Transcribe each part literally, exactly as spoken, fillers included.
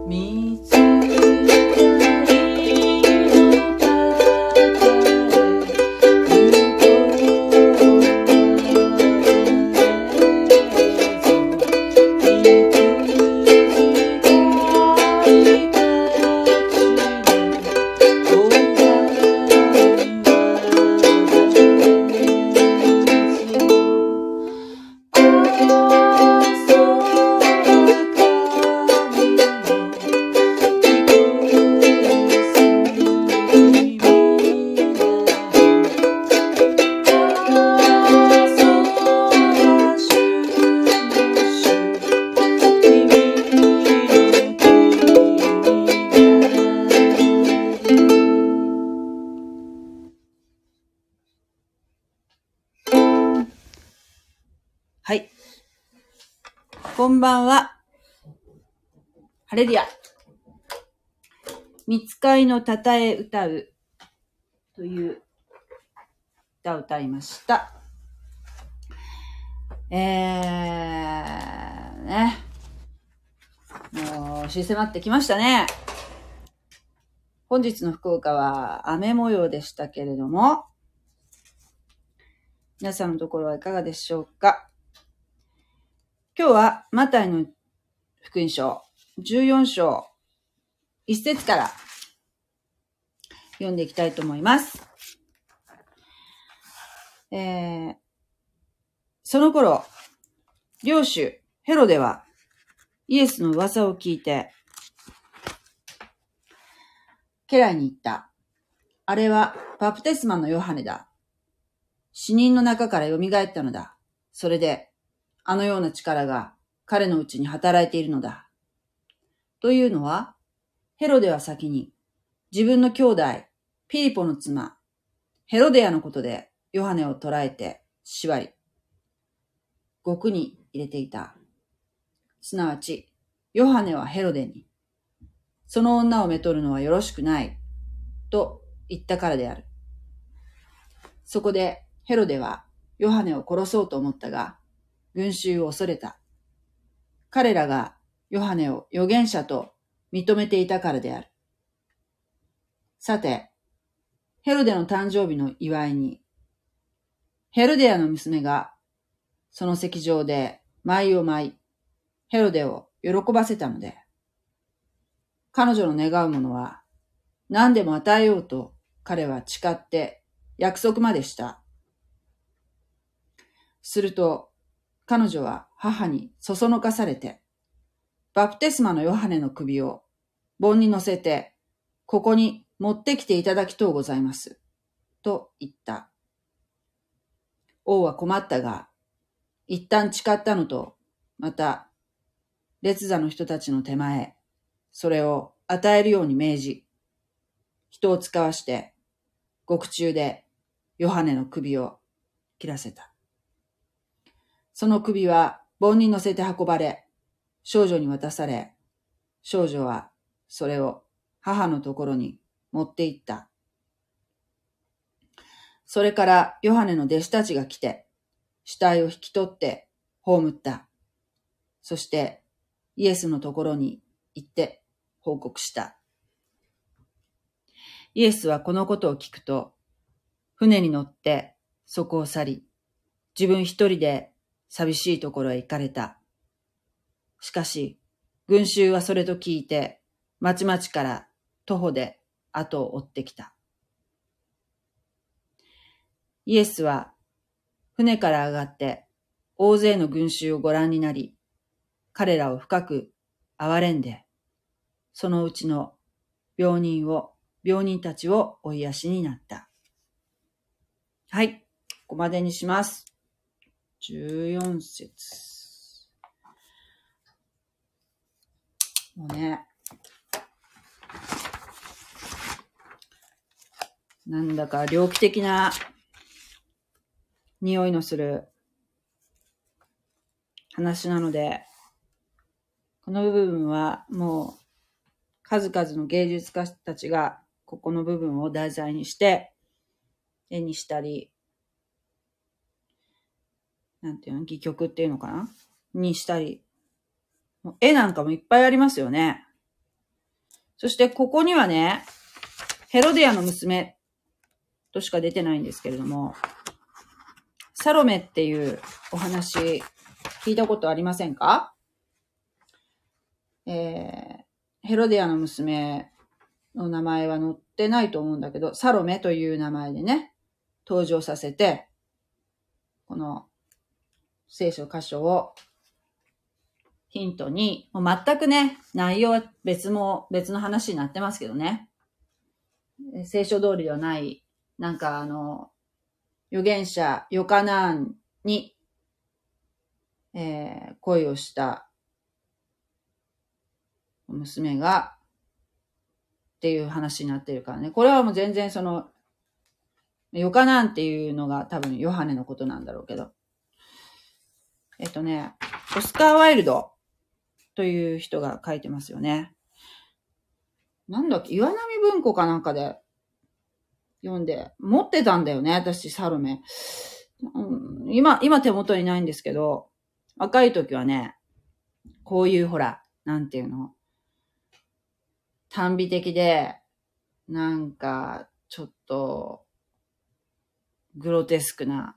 見つかはい。こんばんは。ハレルヤ。御使いのたたえ歌うという歌を歌いました。えー、ね。もう、押し迫ってきましたね。本日の福岡は雨模様でしたけれども、皆さんのところはいかがでしょうか。今日はマタイの福音書じゅうよん章いち節から読んでいきたいと思います。えー、その頃、領主ヘロデはイエスの噂を聞いて、家来に言った。あれはバプテスマのヨハネだ。死人の中から蘇ったのだ。それで、あのような力が彼のうちに働いているのだ。というのは、ヘロデは先に自分の兄弟ピリポの妻ヘロデアのことでヨハネを捕らえて縛り、獄に入れていた。すなわち、ヨハネはヘロデに、その女をめとるのはよろしくない、と言ったからである。そこでヘロデはヨハネを殺そうと思ったが、群衆を恐れた。彼らがヨハネを預言者と認めていたからである。さて、ヘロデの誕生日の祝いに、ヘロデアの娘がその席上で舞を舞い、ヘロデを喜ばせたので、彼女の願うものは何でも与えようと彼は誓って約束までした。すると、彼女は母にそそのかされて、バプテスマのヨハネの首を盆に乗せて、ここに持ってきていただきとうございます。と言った。王は困ったが、一旦誓ったのと、また、列座の人たちの手前、それを与えるように命じ、人を使わして、獄中でヨハネの首を切らせた。その首は盆に乗せて運ばれ、少女に渡され、少女はそれを母のところに持って行った。それからヨハネの弟子たちが来て、死体を引き取って葬った。そしてイエスのところに行って報告した。イエスはこのことを聞くと、船に乗ってそこを去り、自分一人で寂しいところへ行かれた。しかし、群衆はそれと聞いて、まちまちから徒歩で後を追ってきた。イエスは船から上がって大勢の群衆をご覧になり、彼らを深く憐れんで、そのうちの病人を、病人たちをお癒しになった。はい、ここまでにします。じゅうよん節。もうね、なんだか猟奇的な匂いのする話なので、この部分はもう数々の芸術家たちがここの部分を題材にして絵にしたり、なんていうの、戯曲っていうのかなにしたり、絵なんかもいっぱいありますよね。 そしてここにはね、ヘロディアの娘としか出てないんですけれども、サロメっていうお話聞いたことありませんか？えー、ヘロディアの娘の名前は載ってないと思うんだけど、サロメという名前でね、登場させて、この聖書箇所をヒントに、もう全くね、内容は別も、別の話になってますけどね。聖書通りではない、なんかあの、預言者ヨカナーンに、えー、恋をした娘が、っていう話になってるからね。これはもう全然その、ヨカナーンっていうのが多分ヨハネのことなんだろうけど。えっとね、オスカー・ワイルドという人が書いてますよね。なんだっけ、岩波文庫かなんかで読んで、持ってたんだよね、私、サロメ。うん、今、今手元にないんですけど、若い時はね、こういうほら、なんていうの、短美的で、なんか、ちょっと、グロテスクな、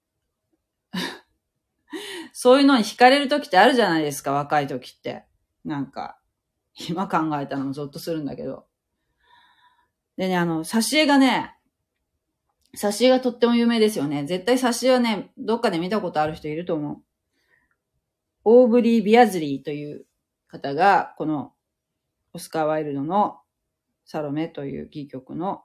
そういうのに惹かれる時ってあるじゃないですか、若い時って。なんか、今考えたのもゾッとするんだけど。でね、あの、挿絵がね、挿絵がとっても有名ですよね。絶対挿絵はね、どっかで見たことある人いると思う。オーブリー・ビアズリーという方が、このオスカー・ワイルドのサロメという戯曲の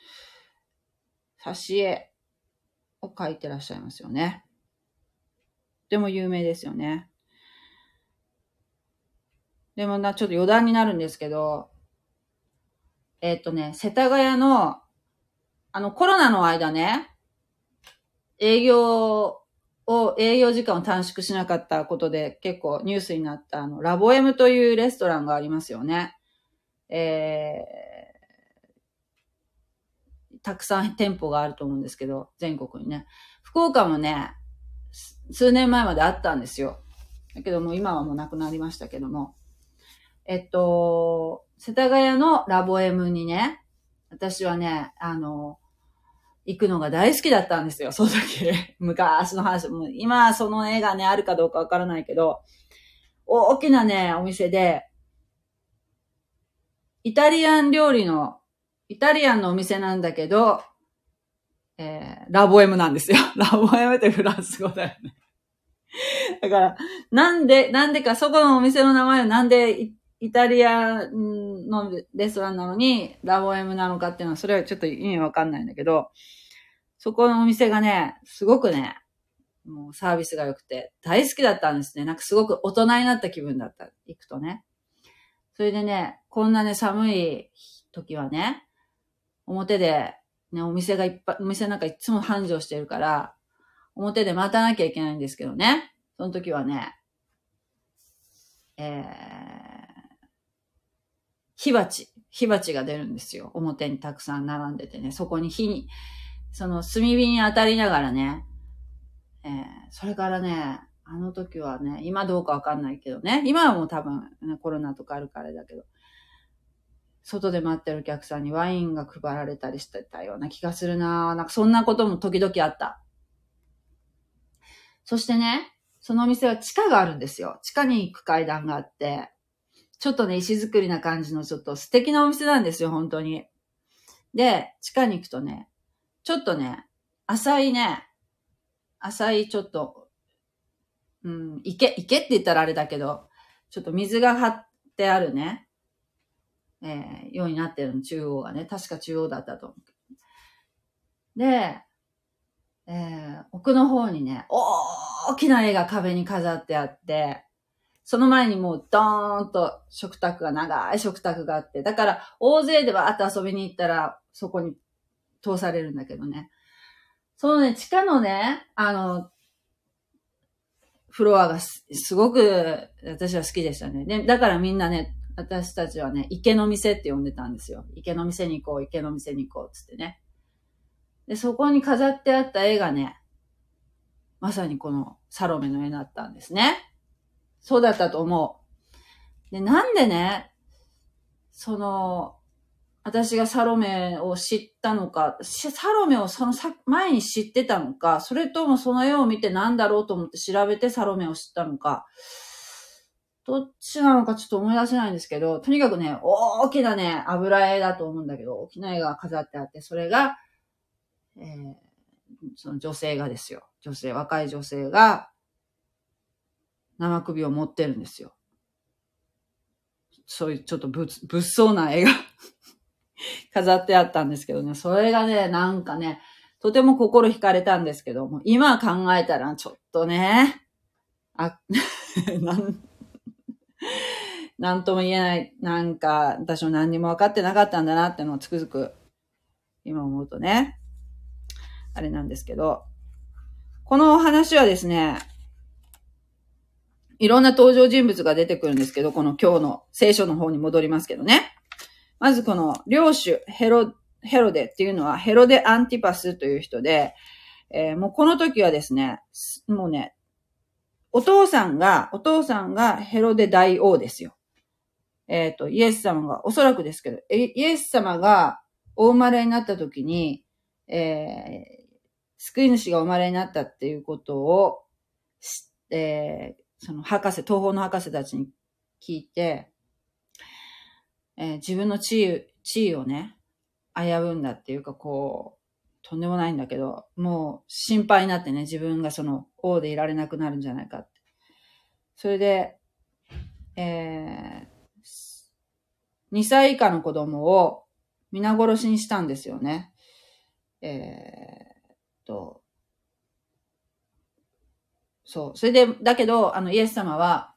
挿絵を描いてらっしゃいますよね。とても有名ですよね。でもな、ちょっと余談になるんですけど、えっとね、世田谷の、あのコロナの間ね、営業を、営業時間を短縮しなかったことで結構ニュースになったあの、ラボエムというレストランがありますよね。えー、たくさん店舗があると思うんですけど、全国にね。福岡もね、数年前まであったんですよ。だけども今はもうなくなりましたけども。えっと、世田谷のラボエムにね、私はね、あの、行くのが大好きだったんですよ、その時。昔の話。もう今その絵がね、あるかどうかわからないけど、大きなね、お店で、イタリアン料理の、イタリアンのお店なんだけど、えー、ラボエムなんですよ。ラボエムってフランス語だよね。だから、なんで、なんでか、そこのお店の名前はなんでイ、イタリアのレストランなのに、ラボエムなのかっていうのは、それはちょっと意味わかんないんだけど、そこのお店がね、すごくね、もうサービスが良くて、大好きだったんですね。なんかすごく大人になった気分だった。行くとね。それでね、こんなね、寒い時はね、表で、ね、お店がいっぱい、お店なんかいつも繁盛してるから、表で待たなきゃいけないんですけどね。その時はね、えー、火鉢、火鉢が出るんですよ。表にたくさん並んでてね、そこに火に、その炭火に当たりながらね、えー、それからね、あの時はね、今どうかわかんないけどね、今はもう多分、ね、コロナとかあるからだけど、外で待ってるお客さんにワインが配られたりしてたような気がするな。なんかそんなことも時々あった。そしてね、そのお店は地下があるんですよ。地下に行く階段があって、ちょっとね、石造りな感じのちょっと素敵なお店なんですよ、本当に。で、地下に行くとね、ちょっとね、浅いね、浅いちょっと、うん、池、池って言ったらあれだけど、ちょっと水が張ってあるね、えー、ようになってるの、中央がね。確か中央だったと思う。で、えー、奥の方にね、大きな絵が壁に飾ってあって、その前にもうドーンと食卓が、長い食卓があって、だから大勢でバーッと遊びに行ったらそこに通されるんだけどね。そのね、地下のね、あの、フロアが す, すごく私は好きでしたね。で、だからみんなね、私たちはね、池の店って呼んでたんですよ。池の店に行こう、池の店に行こう、つってね。で、そこに飾ってあった絵がね、まさにこのサロメの絵だったんですね。そうだったと思う。で、なんでね、 その、私がサロメを知ったのか、サロメをその前に知ってたのか、それともその絵を見て何だろうと思って調べてサロメを知ったのか、どっちなのかちょっと思い出せないんですけど、とにかくね、大きなね、油絵だと思うんだけど、大きな絵が飾ってあって、それが、えー、その女性がですよ。女性、若い女性が、生首を持ってるんですよ。そういうちょっと物、物騒な絵が飾ってあったんですけどね、それがね、なんかね、とても心惹かれたんですけども、今考えたらちょっとね、あ、なん、なんとも言えない、なんか、私も何にも分かってなかったんだなってのをつくづく、今思うとね、あれなんですけど、この話はですね、いろんな登場人物が出てくるんですけど、この今日の聖書の方に戻りますけどね。まずこの領主ヘロ、ヘロデっていうのはヘロデ・アンティパスという人で、えー、もうこの時はですね、もうね、お父さんが、お父さんがヘロデ大王ですよ。えっと、イエス様が、おそらくですけど、イエス様がお生まれになった時に、えー、救い主がお生まれになったっていうことを、えー、その博士、東方の博士たちに聞いて、えー、自分の地位、地位をね、危ぶんだっていうか、こう、とんでもないんだけど、もう心配になってね、自分がその王でいられなくなるんじゃないかって。それで、えー、にさい以下の子供を皆殺しにしたんですよね。えー、と、そう。それで、だけど、あの、イエス様は、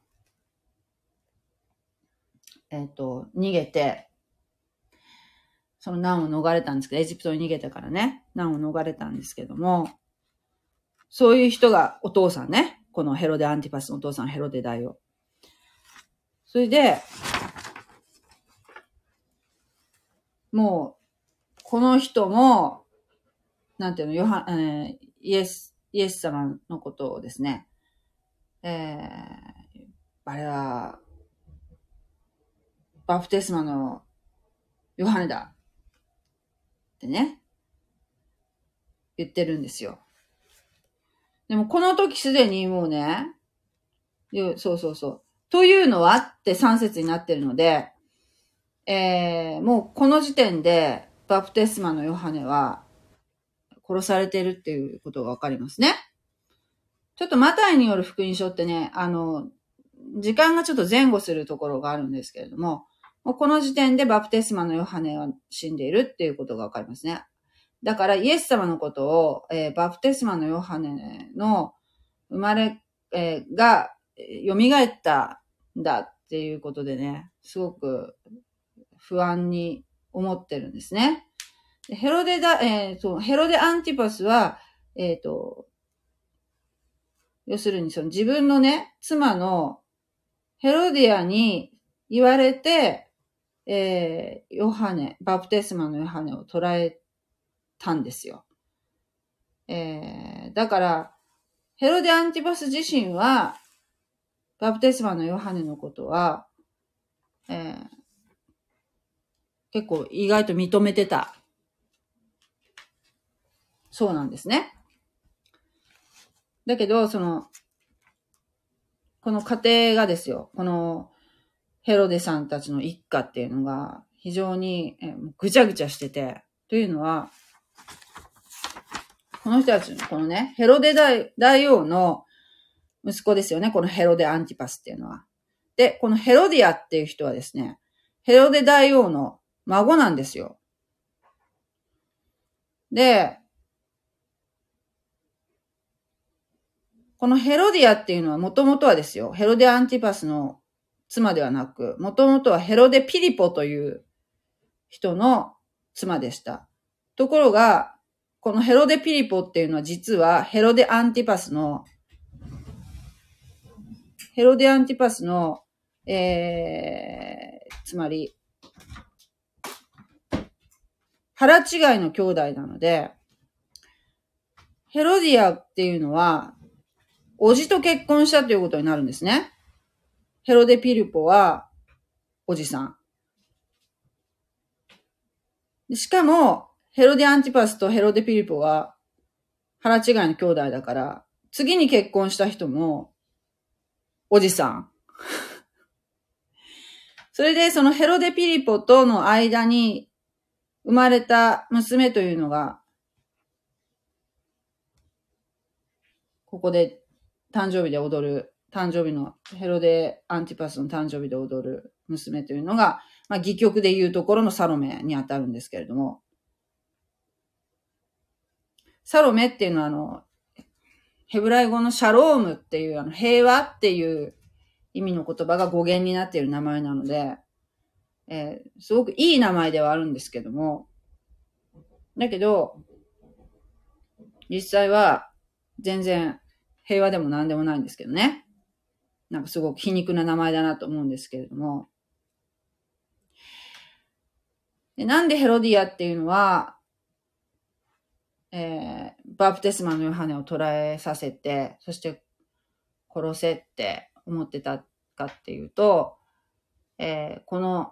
えっと、逃げて、その難を逃れたんですけど、エジプトに逃げたからね、難を逃れたんですけども、そういう人がお父さんね、このヘロデ・アンティパスのお父さんヘロデ大王。それで、もう、この人も、なんていうの、ヨハ、えー、イエス、イエス様のことをですね、えー、あれは、バプテスマのヨハネだってね、言ってるんですよ。でもこの時すでにもうね、そうそうそう。というのはってさん節になってるので、えー、もうこの時点でバプテスマのヨハネは殺されてるっていうことがわかりますね。ちょっとマタイによる福音書ってね、あの、時間がちょっと前後するところがあるんですけれども、もうこの時点でバプテスマのヨハネは死んでいるっていうことがわかりますね。だからイエス様のことを、えー、バプテスマのヨハネの生まれ、えー、が蘇ったんだっていうことでね、すごく不安に思ってるんですね。ヘロデだ、えー、そう、ヘロデアンティパスは、えっと、要するにその自分のね、妻のヘロディアに言われて、えー、ヨハネ、バプテスマのヨハネを捕らえたんですよ。えー、だから、ヘロデアンティパス自身は、バプテスマのヨハネのことは、えー、結構意外と認めてた。そうなんですね。だけど、その、この家庭がですよ、このヘロデさんたちの一家っていうのが非常にぐちゃぐちゃしてて、というのは、この人たちの、このね、ヘロデ 大, 大王の息子ですよね、このヘロデアンティパスっていうのは。で、このヘロディアっていう人はですね、ヘロデ大王の孫なんですよ。で、このヘロディアっていうのはもともとはですよ、ヘロデアンティパスの妻ではなく、もともとはヘロデピリポという人の妻でした。ところが、このヘロデピリポっていうのは実はヘロデアンティパスの、ヘロデアンティパスの、えー、つまり、腹違いの兄弟なので、ヘロディアっていうのは、おじと結婚したということになるんですね。ヘロデピリポは、おじさん。 しかも、ヘロデ・アンティパスとヘロデ・ピリポは腹違いの兄弟だから、次に結婚した人も、おじさん。それで、そのヘロデ・ピリポとの間に生まれた娘というのが、ここで誕生日で踊る、誕生日のヘロデ・アンティパスの誕生日で踊る娘というのが、まあ、戯曲でいうところのサロメにあたるんですけれども、サロメっていうのはあの、ヘブライ語のシャロームっていうあの平和っていう意味の言葉が語源になっている名前なので、えー、すごくいい名前ではあるんですけども、だけど、実際は全然平和でも何でもないんですけどね。なんかすごく皮肉な名前だなと思うんですけれども。で、なんでヘロディアっていうのは、えー、バプテスマのヨハネを捕らえさせて、そして殺せって思ってたかっていうと、えー、この、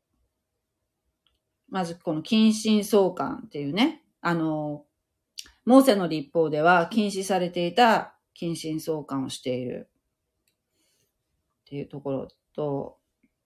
まずこの近親相関っていうね、あの、モーセの律法では禁止されていた近親相関をしているっていうところと、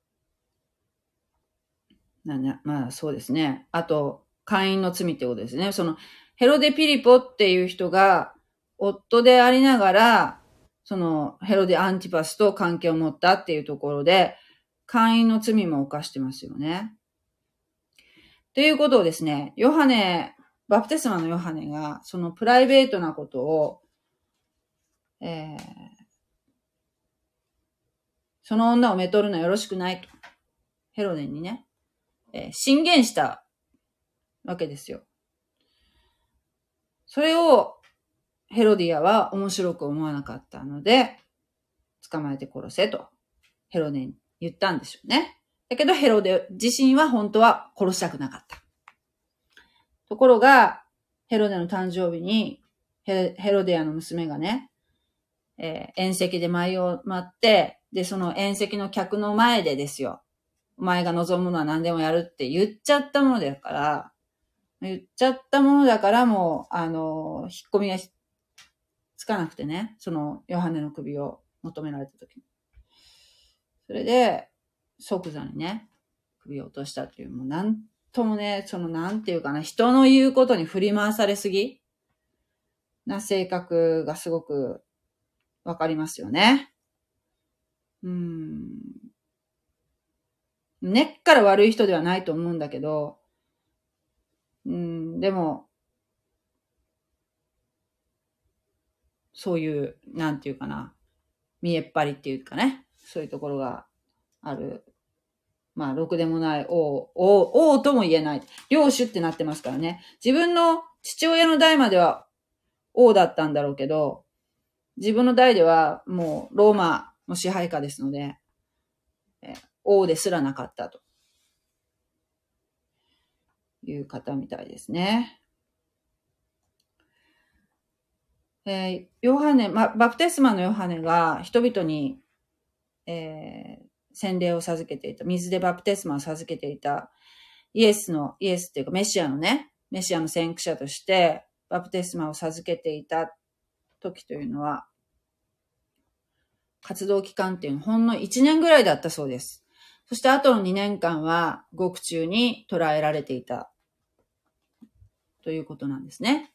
ななまあそうですね。あと、姦淫の罪ってことですね。その、ヘロデ・ピリポっていう人が、夫でありながら、その、ヘロデ・アンティパスと関係を持ったっていうところで、姦淫の罪も犯してますよね。ということをですね、ヨハネ、バプテスマのヨハネが、そのプライベートなことを、えー、その女をめとるのはよろしくないと、ヘロデにね、えー、進言したわけですよ。それをヘロディアは面白く思わなかったので、捕まえて殺せとヘロデに言ったんでしょうね。だけどヘロデ自身は本当は殺したくなかった。ところが、ヘロデの誕生日にヘロディアの娘がね、えー、宴席で舞を舞って、で、その宴席の客の前でですよ。お前が望むのは何でもやるって言っちゃったものだから、言っちゃったものだからもう、あの、引っ込みがつかなくてね、そのヨハネの首を求められた時に。それで、即座にね、首を落としたっていう、もうなんともね、そのなんていうかな、人の言うことに振り回されすぎな性格がすごくわかりますよね。うーん。根っから悪い人ではないと思うんだけど、うん、でも、そういう、なんていうかな、見えっ張りっていうかね、そういうところがある。まあ、ろくでもない王、王、王とも言えない。領主ってなってますからね。自分の父親の代までは王だったんだろうけど、自分の代ではもうローマの支配下ですので、え王ですらなかったという方みたいですね。えー、ヨハネ、ま、バプテスマのヨハネが人々に、えー、洗礼を授けていた、水でバプテスマを授けていたイエスの、イエスっていうかメシアのね、メシアの先駆者としてバプテスマを授けていた時というのは、活動期間っていうのはほんのいちねんぐらいだったそうです。そしてあとのにねんかんは獄中に捕らえられていたということなんですね。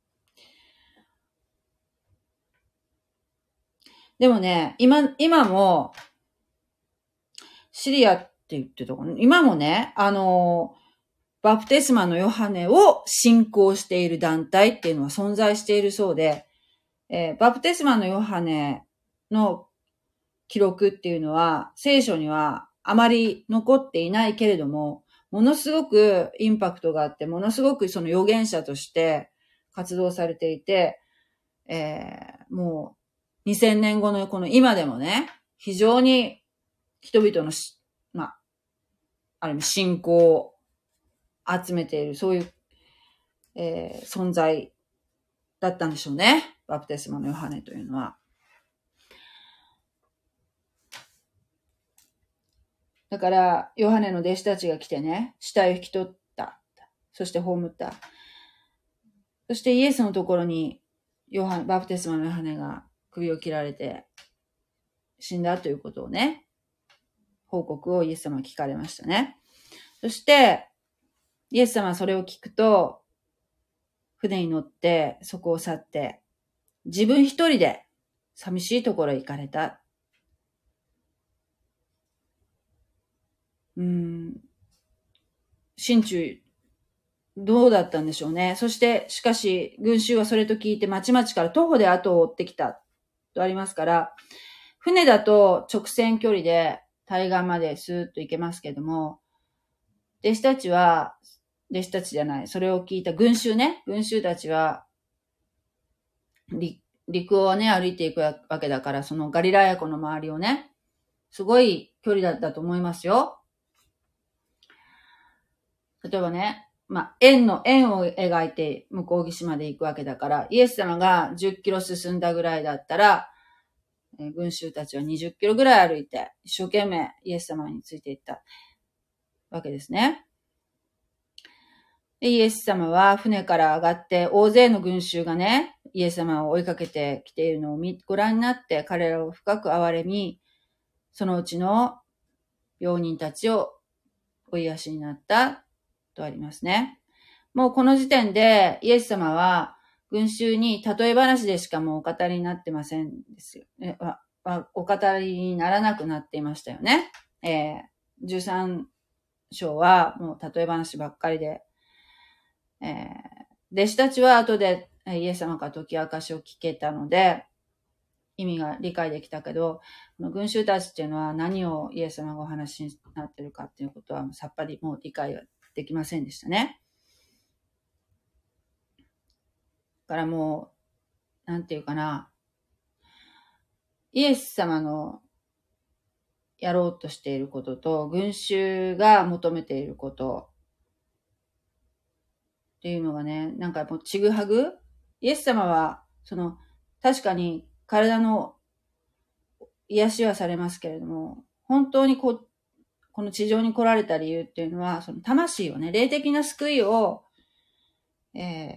でもね、今、今も、シリアって言ってたかな、今もね、あの、バプテスマのヨハネを信仰している団体っていうのは存在しているそうで、えー、バプテスマのヨハネの記録っていうのは聖書にはあまり残っていないけれども、ものすごくインパクトがあって、ものすごくその預言者として活動されていて、えー、もうにせんねんごのこの今でもね、非常に人々のし、まあ、ある意味信仰を集めている、そういう、えー、存在だったんでしょうね。バプテスマのヨハネというのは。だから、ヨハネの弟子たちが来てね、死体を引き取った。 そして葬った。そしてイエスのところにヨハネ、バプテスマのヨハネが首を切られて死んだということをね、報告をイエス様は聞かれましたね。そして、イエス様はそれを聞くと、船に乗ってそこを去って、自分一人で寂しいところへ行かれた。うーん。心中、どうだったんでしょうね。そして、しかし、群衆はそれと聞いて、町々から徒歩で後を追ってきた。とありますから、船だと直線距離で対岸までスーッと行けますけども、弟子たちは、弟子たちじゃない、それを聞いた群衆ね、群衆たちは、陸をね、歩いていくわけだから、そのガリラヤ湖の周りをね、すごい距離だったと思いますよ。例えばね、まあ、円の、円を描いて向こう岸まで行くわけだから、イエス様がじゅっキロ進んだぐらいだったら、えー、群衆たちはにじゅっキロぐらい歩いて、一生懸命イエス様についていったわけですね。でイエス様は船から上がって、大勢の群衆がね、イエス様を追いかけてきているのを見ご覧になって、彼らを深く憐れみ、そのうちの病人たちをお癒しになったとありますね。もうこの時点でイエス様は群衆に例え話でしかもうお語りになってませんですよ。えお語りにならなくなっていましたよね。えー、じゅうさん章はもう例え話ばっかりで、えー、弟子たちは後でイエス様から解き明かしを聞けたので、意味が理解できたけど、この群衆たちっていうのは何をイエス様がお話になっているかっていうことはさっぱりもう理解はできませんでしたね。だからもう、なんていうかな、イエス様のやろうとしていることと、群衆が求めていることっていうのがね、なんかもうちぐはぐ、イエス様は、その、確かに体の癒しはされますけれども、本当にこう、この地上に来られた理由っていうのは、その魂をね、霊的な救いを、えー、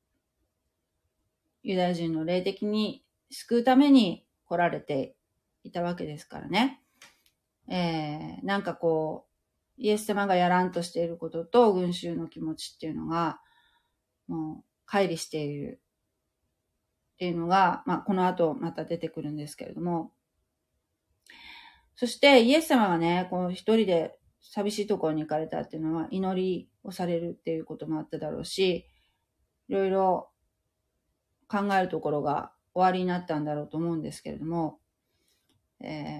ユダヤ人の霊的に救うために来られていたわけですからね。えー、なんかこう、イエス様がやらんとしていることと群衆の気持ちっていうのが、もう、乖離しているっていうのが、まあ、この後また出てくるんですけれども、そしてイエス様がね、この一人で寂しいところに行かれたっていうのは祈りをされるっていうこともあっただろうし、いろいろ考えるところが終わりになったんだろうと思うんですけれども、えー、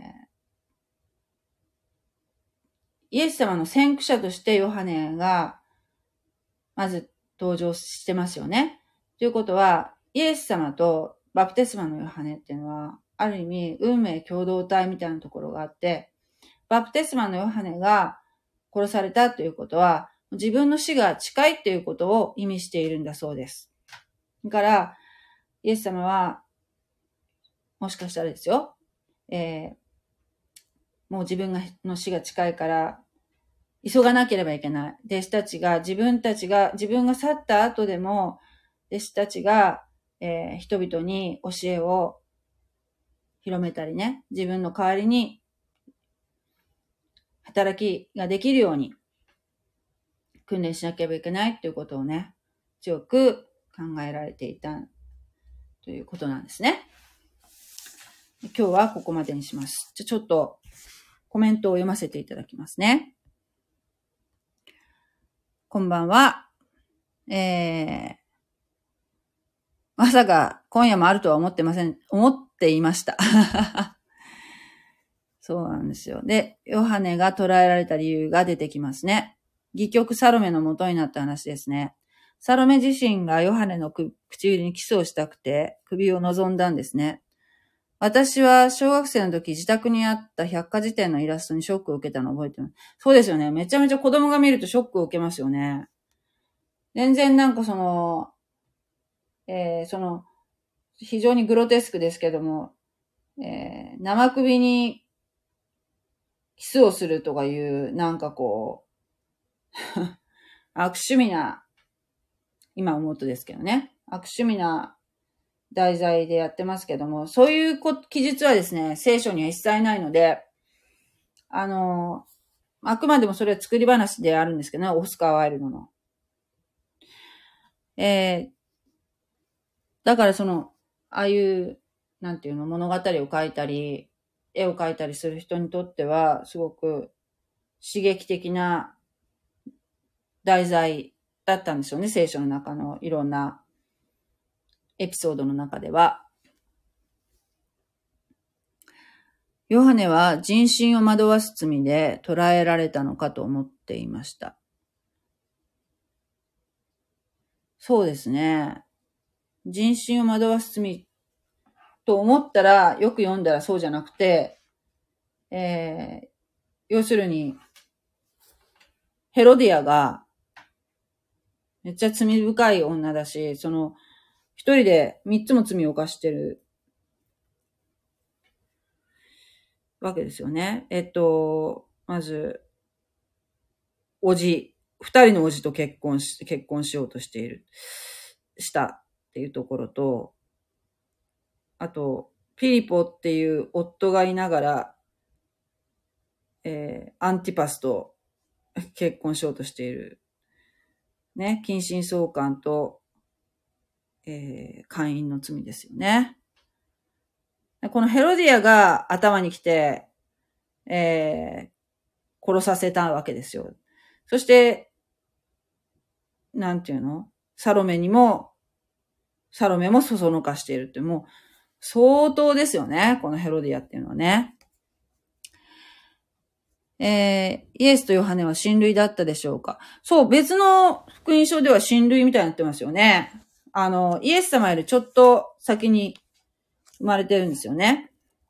イエス様の先駆者としてヨハネがまず登場してますよね。ということは、イエス様とバプテスマのヨハネっていうのは、ある意味運命共同体みたいなところがあって、バプテスマのヨハネが殺されたということは、自分の死が近いということを意味しているんだそうです。だから、イエス様は、もしかしたらですよ、えー、もう自分の死が近いから、急がなければいけない。弟子たちが、自分たちが、自分が去った後でも、弟子たちが、えー、人々に教えを広めたりね、自分の代わりに働きができるように訓練しなければいけないということをね、強く考えられていたということなんですね。今日はここまでにします。じゃちょっとコメントを読ませていただきますね。こんばんは。えー、まさか今夜もあるとは思ってません、思っていました。そうなんですよ。で、ヨハネが捕らえられた理由が出てきますね。戯曲サロメの元になった話ですね。サロメ自身がヨハネの唇にキスをしたくて首を望んだんですね。私は小学生の時自宅にあった百科事典のイラストにショックを受けたのを覚えてます。そうですよね。めちゃめちゃ子供が見るとショックを受けますよね。全然なんかその、えー、その、非常にグロテスクですけども、えー、生首にキスをするとかいう、なんかこう、悪趣味な今思うとですけどね。悪趣味な題材でやってますけども、そういう記述はですね、聖書には一切ないので、あの、あくまでもそれは作り話であるんですけどね、オスカー・ワイルドの。えー、だからその、ああいう、なんていうの、物語を書いたり、絵を描いたりする人にとっては、すごく刺激的な題材だったんですよね、聖書の中のいろんなエピソードの中では。ヨハネは人心を惑わす罪で捕らえられたのかと思っていました。そうですね。人心を惑わす罪と思ったら、よく読んだらそうじゃなくて、えー、要するに、ヘロディアが、めっちゃ罪深い女だし、その、一人で三つも罪を犯してるわけですよね。えっと、まず、おじ、二人のおじと結婚し、結婚しようとしている、したっていうところと、あと、ピリポっていう夫がいながら、えー、アンティパスと結婚しようとしている。ね、近親相関と、えー、姦淫の罪ですよね。このヘロディアが頭に来て、えー、殺させたわけですよ。そして、なんていうの？サロメにも、サロメもそそのかしているって、もう、相当ですよね。このヘロディアっていうのはね。えー、イエスとヨハネは親類だったでしょうか？そう、別の福音書では親類みたいになってますよね。あの、イエス様よりちょっと先に生まれてるんですよね。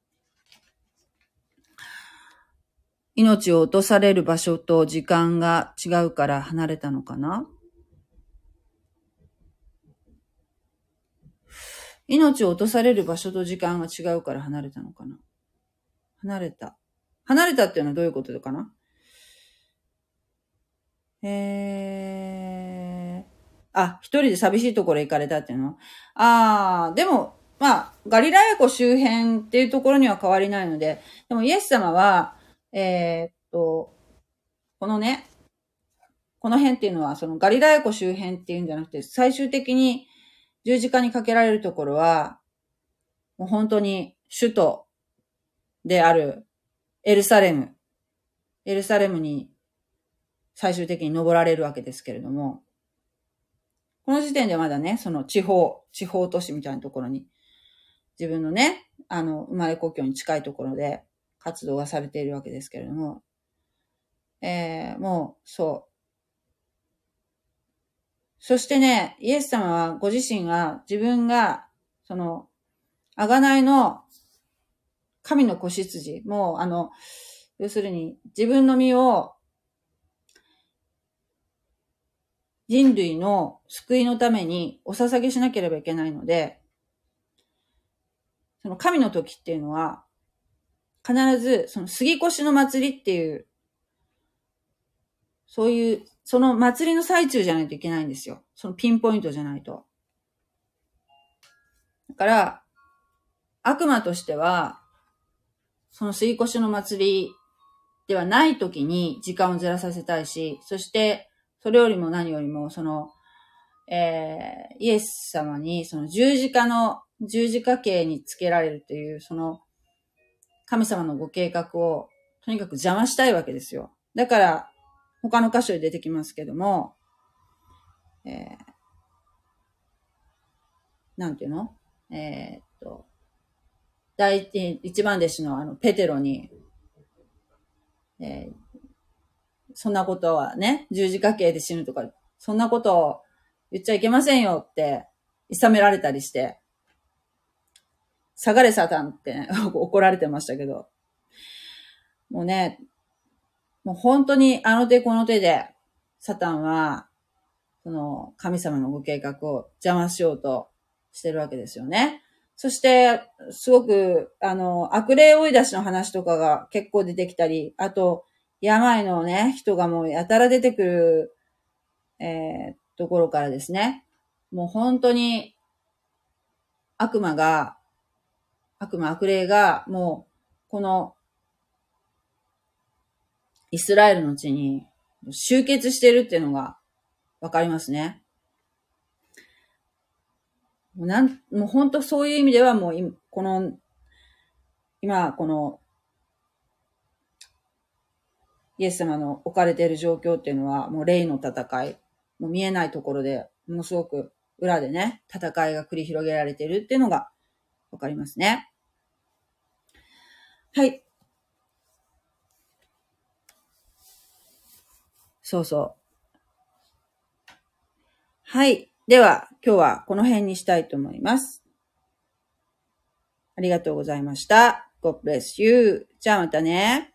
命を落とされる場所と時間が違うから離れたのかな？命を落とされる場所と時間が違うから離れたのかな？離れた。離れたっていうのはどういうことかな？えー、あ、一人で寂しいところ行かれたっていうの？あー、でも、まあ、ガリラヤ湖周辺っていうところには変わりないので、でもイエス様は、えー、っと、このね、この辺っていうのは、そのガリラヤ湖周辺っていうんじゃなくて、最終的に十字架にかけられるところは、もう本当に首都であるエルサレム、エルサレムに最終的に登られるわけですけれども、この時点でまだね、その地方、地方都市みたいなところに、自分のね、あの、生まれ故郷に近いところで活動がされているわけですけれども、えー、もう、そう。そしてね、イエス様はご自身が、自分が、その、贖いの神の子羊、もう、あの、要するに自分の身を人類の救いのためにお捧げしなければいけないので、その神の時っていうのは、必ずその杉越の祭りっていう、そういう、その祭りの最中じゃないといけないんですよ。そのピンポイントじゃないと。だから、悪魔としては、その杉越の祭りではない時に時間をずらさせたいし、そして、それよりも何よりも、その、えー、イエス様に、その十字架の、十字架刑につけられるという、その、神様のご計画を、とにかく邪魔したいわけですよ。だから、他の箇所で出てきますけども、えー、なんていうの？えー、っと、第一番弟子のあの、ペテロに、えー、そんなことはね、十字架刑で死ぬとか、そんなことを言っちゃいけませんよって、諌められたりして、下がれサタンって、ね、怒られてましたけど、もうね、もう本当にあの手この手で、サタンは、その神様のご計画を邪魔しようとしてるわけですよね。そして、すごく、あの、悪霊追い出しの話とかが結構出てきたり、あと、病のね、人がもうやたら出てくる、えー、ところからですね、 もう本当に悪魔が、悪魔悪霊がもうこのイスラエルの地に集結してるっていうのがわかりますね。もうなん、もう本当そういう意味ではもうこの、今このイエス様の置かれている状況っていうのはもう霊の戦い、もう見えないところでものすごく裏でね、戦いが繰り広げられているっていうのがわかりますね。はい。そうそう。はい。では、今日はこの辺にしたいと思います。ありがとうございました。God bless you. じゃあまたね。